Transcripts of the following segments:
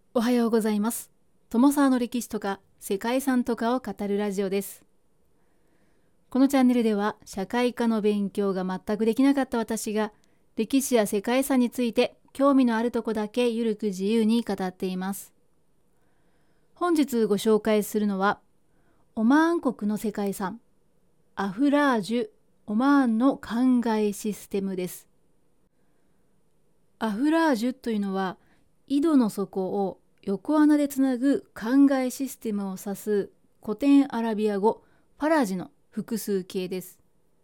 おはようございます。友沢の歴史とか世界遺産とかを語るラジオです。このチャンネルでは社会科の勉強が全くできなかった私が歴史や世界遺産について興味のあるとこだけゆるく自由に語っています。本日ご紹介するのはオマーン国の世界遺産アフラージュ・オマーンの灌漑システムです。アフラージュというのは井戸の底を横穴でつなぐ灌漑システムを指す古典アラビア語ファラジの複数形です。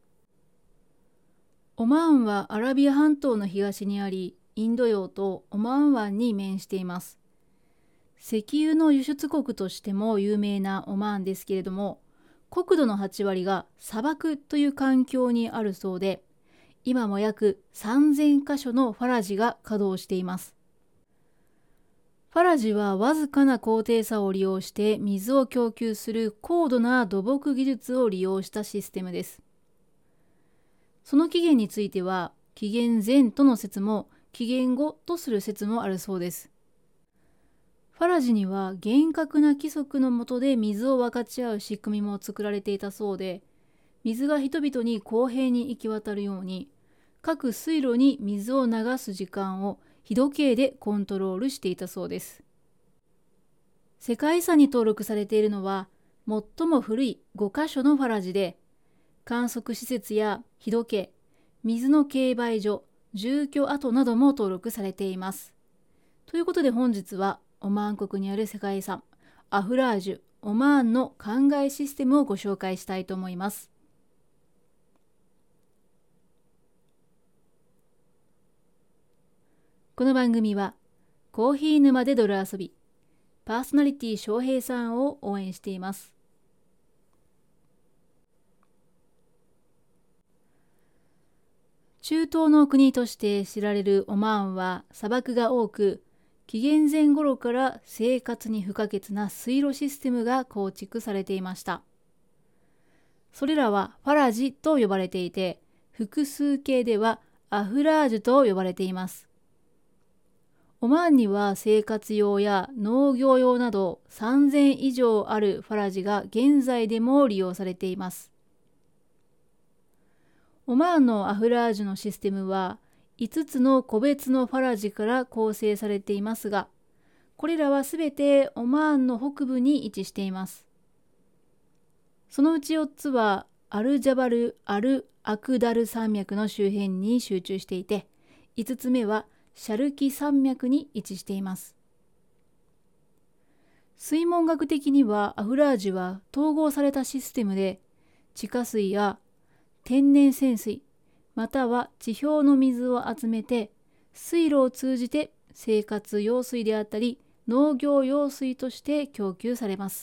オマーンはアラビア半島の東にあり、インド洋とオマーン湾に面しています。石油の輸出国としても有名なオマーンですけれども、国土の8割が砂漠という環境にあるそうで、今も約3000カ所のファラジが稼働しています。ファラジはわずかな高低差を利用して水を供給する高度な土木技術を利用したシステムです。その起源については、紀元前との説も紀元後とする説もあるそうです。ファラジには厳格な規則の下で水を分かち合う仕組みも作られていたそうで、水が人々に公平に行き渡るように、各水路に水を流す時間を日時計でコントロールしていたそうです。世界遺産に登録されているのは最も古い5カ所のファラジで、観測施設や日時計、水の競売所、住居跡なども登録されています。ということで本日はオマーン国にある世界遺産アフラージュ・オマーンの灌漑システムをご紹介したいと思います。この番組はコーヒー沼で泥遊びパーソナリティ翔平さんを応援しています。中東の国として知られるオマーンは砂漠が多く、紀元前頃から生活に不可欠な水路システムが構築されていました。それらはファラジと呼ばれていて、複数形ではアフラージュと呼ばれています。オマーンには生活用や農業用など3000以上あるファラジが現在でも利用されています。オマーンのアフラージュのシステムは5つの個別のファラジから構成されていますが、これらはすべてオマーンの北部に位置しています。そのうち4つはアルジャバル・アル・アクダル山脈の周辺に集中していて、5つ目はシャルキ山脈に位置しています。水文学的にはアフラージュは統合されたシステムで、地下水や天然泉水、または地表の水を集めて、水路を通じて生活用水であったり農業用水として供給されます。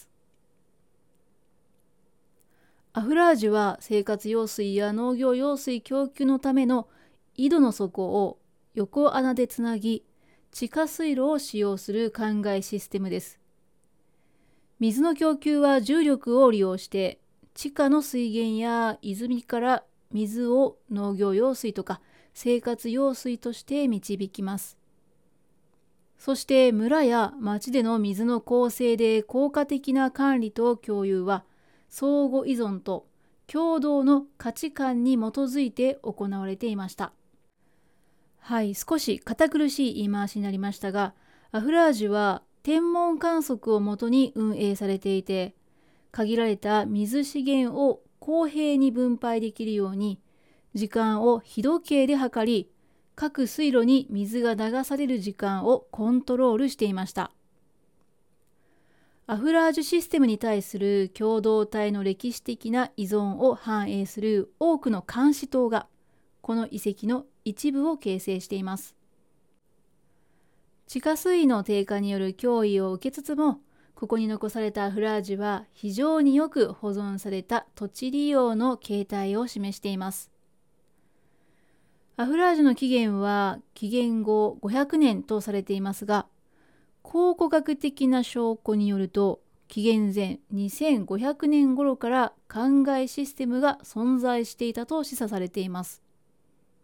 アフラージュは生活用水や農業用水供給のための井戸の底を横穴でつなぎ、地下水路を使用する灌漑システムです。水の供給は重力を利用して、地下の水源や泉から水を農業用水とか生活用水として導きます。そして村や町での水の構成で効果的な管理と共有は相互依存と共同の価値観に基づいて行われていました。はい、少し堅苦しい言い回しになりましたが、アフラージュは天文観測をもとに運営されていて、限られた水資源を公平に分配できるように、時間を日時計で測り、各水路に水が流される時間をコントロールしていました。アフラージュシステムに対する共同体の歴史的な依存を反映する多くの監視塔が、この遺跡の一部を形成しています。地下水位の低下による脅威を受けつつも、ここに残されたアフラージュは非常によく保存された土地利用の形態を示しています。アフラージュの起源は紀元後500年とされていますが、考古学的な証拠によると、紀元前2500年頃から灌漑システムが存在していたと示唆されています。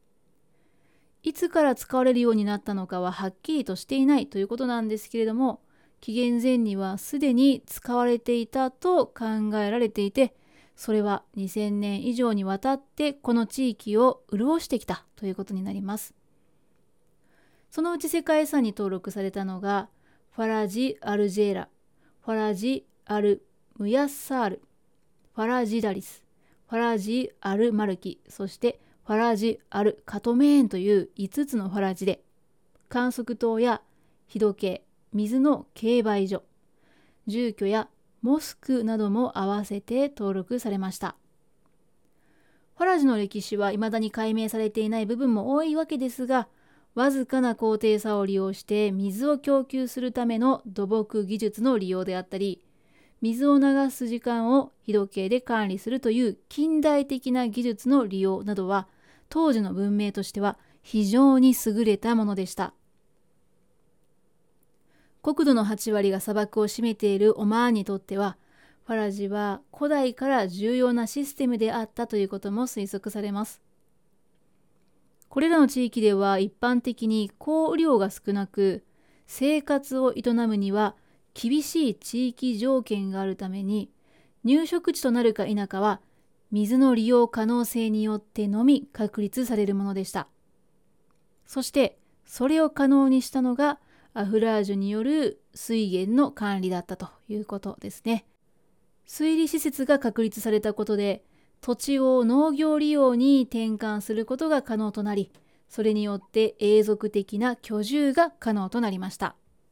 いつから使われるようになったのかははっきりとしていないということなんですけれども、 紀元前にはすでに使われていたと考えられていて、それは2000年以上にわたってこの地域を潤してきたということになります。そのうち世界遺産に登録されたのがファラジ・アルジェーラ、ファラジ・アル・ムヤッサール、ファラジダリス、ファラジ・アル・マルキ、そしてファラジ・アル・カトメーンという5つのファラジで、観測塔や日時計、水の競売所、住居やモスクなども合わせて登録されました。ファラジの歴史は未だに解明されていない部分も多いわけですが、わずかな高低差を利用して水を供給するための土木技術の利用であったり、水を流す時間を日時計で管理するという近代的な技術の利用などは、当時の文明としては非常に優れたものでした。国土の8割が砂漠を占めているオマーンにとっては、ファラジは古代から重要なシステムであったということも推測されます。これらの地域では一般的に降雨量が少なく、生活を営むには厳しい地域条件があるために、入植地となるか否かは水の利用可能性によってのみ確立されるものでした。そしてそれを可能にしたのがアフラージュによる水源の管理だったということですね。水利施設が確立されたことで、土地を農業利用に転換することが可能となり、それによって永続的な居住が可能となりました。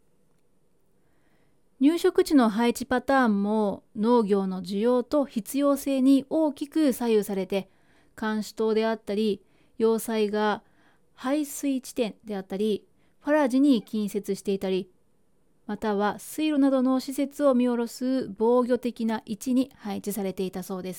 入植地の配置パターンも農業の需要と必要性に大きく左右されて、監視塔であったり、要塞が排水地点であったり、ファラジに近接していたり、または水路などの施設を見下ろす防御的な位置に配置されていたそうです。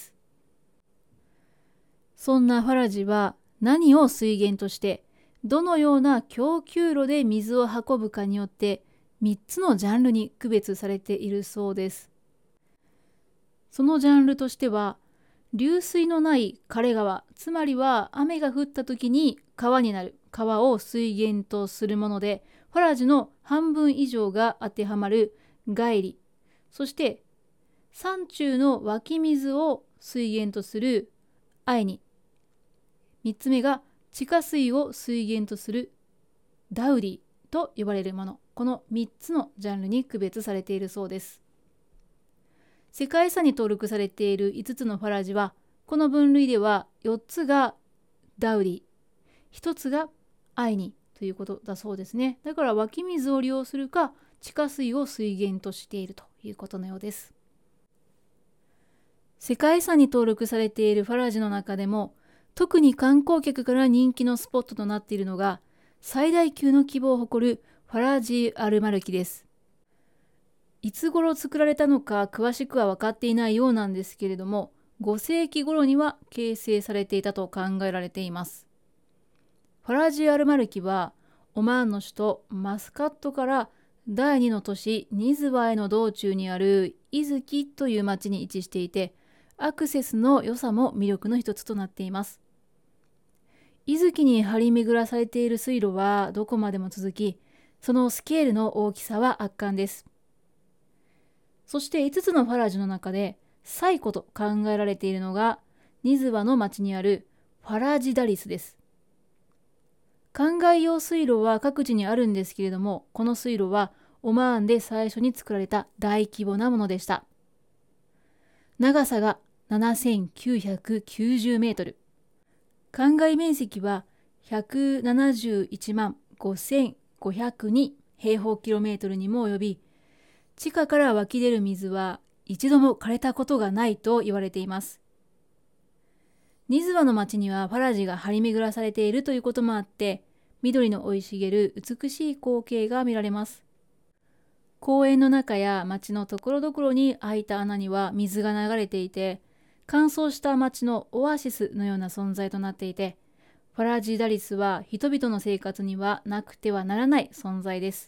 そんなファラジは何を水源として、どのような供給路で水を運ぶかによって3つのジャンルに区別されているそうです。そのジャンルとしては、流水のない枯れ川、つまりは雨が降った時に川になる川を水源とするもので、ファラジの半分以上が当てはまる外里、そして山中の湧き水を水源とするアイニ、3つ目が地下水を水源とするダウリーと呼ばれるもの、この3つのジャンルに区別されているそうです。世界遺産に登録されている5つのファラジは、この分類では4つがダウリー、1つがアイニということだそうですね。だから湧き水を利用するか地下水を水源としているということのようです。世界遺産に登録されているファラジの中でも、特に観光客から人気のスポットとなっているのが、最大級の規模を誇るファラジ・アルマルキです。いつ頃作られたのか詳しくは分かっていないようなんですけれども、5世紀頃には形成されていたと考えられています。ファラジ・アルマルキはオマーンの首都マスカットから第2の都市ニズワへの道中にあるイズキという町に位置していて、アクセスの良さも魅力の一つとなっています。イズキに張り巡らされている水路はどこまでも続き、そのスケールの大きさは圧巻です。そして5つのファラジの中で最古と考えられているのがニズワの町にあるファラジダリスです。灌漑用水路は各地にあるんですけれども、この水路はオマーンで最初に作られた大規模なものでした。長さが7990メートル。灌漑面積は171万5502平方キロメートルにも及び、地下から湧き出る水は一度も枯れたことがないと言われています。ニズワの町にはファラジが張り巡らされているということもあって、緑の生い茂る美しい光景が見られます。公園の中や町のところどころに開いた穴には水が流れていて、乾燥した町のオアシスのような存在となっていて、ファラジダリスは人々の生活にはなくてはならない存在です。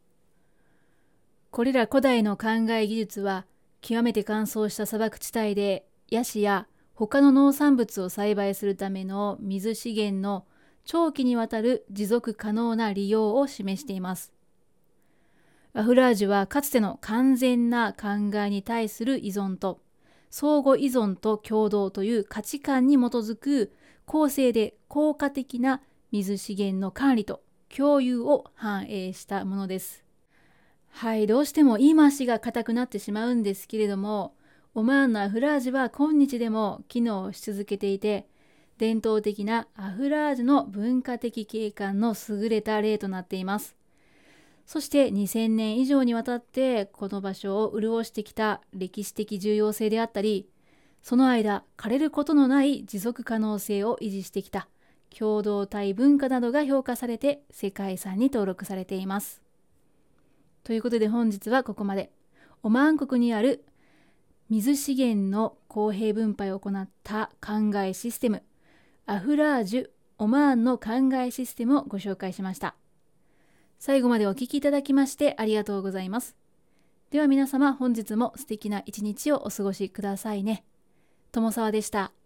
これら古代の灌漑技術は、極めて乾燥した砂漠地帯でヤシや他の農産物を栽培するための水資源の長期にわたる持続可能な利用を示しています。 アフラージュはかつての完全な考えに対する依存と相互依存と共同という価値観に基づく公正で効果的な水資源の管理と共有を反映したものです。はい、どうしても言い回しが硬くなってしまうんですけれども、オマーンのアフラージュは今日でも機能し続けていて、伝統的なアフラージュの文化的景観の優れた例となっています。そして2000年以上にわたってこの場所を潤してきた歴史的重要性であったり、その間枯れることのない持続可能性を維持してきた共同体文化などが評価されて世界遺産に登録されています。ということで本日はここまで。オマーン国にある水資源の公平分配を行った灌漑システム、アフラージュ・オマーンの灌漑システムをご紹介しました。最後までお聞きいただきましてありがとうございます。では皆様、本日も素敵な一日をお過ごしくださいね。友沢でした。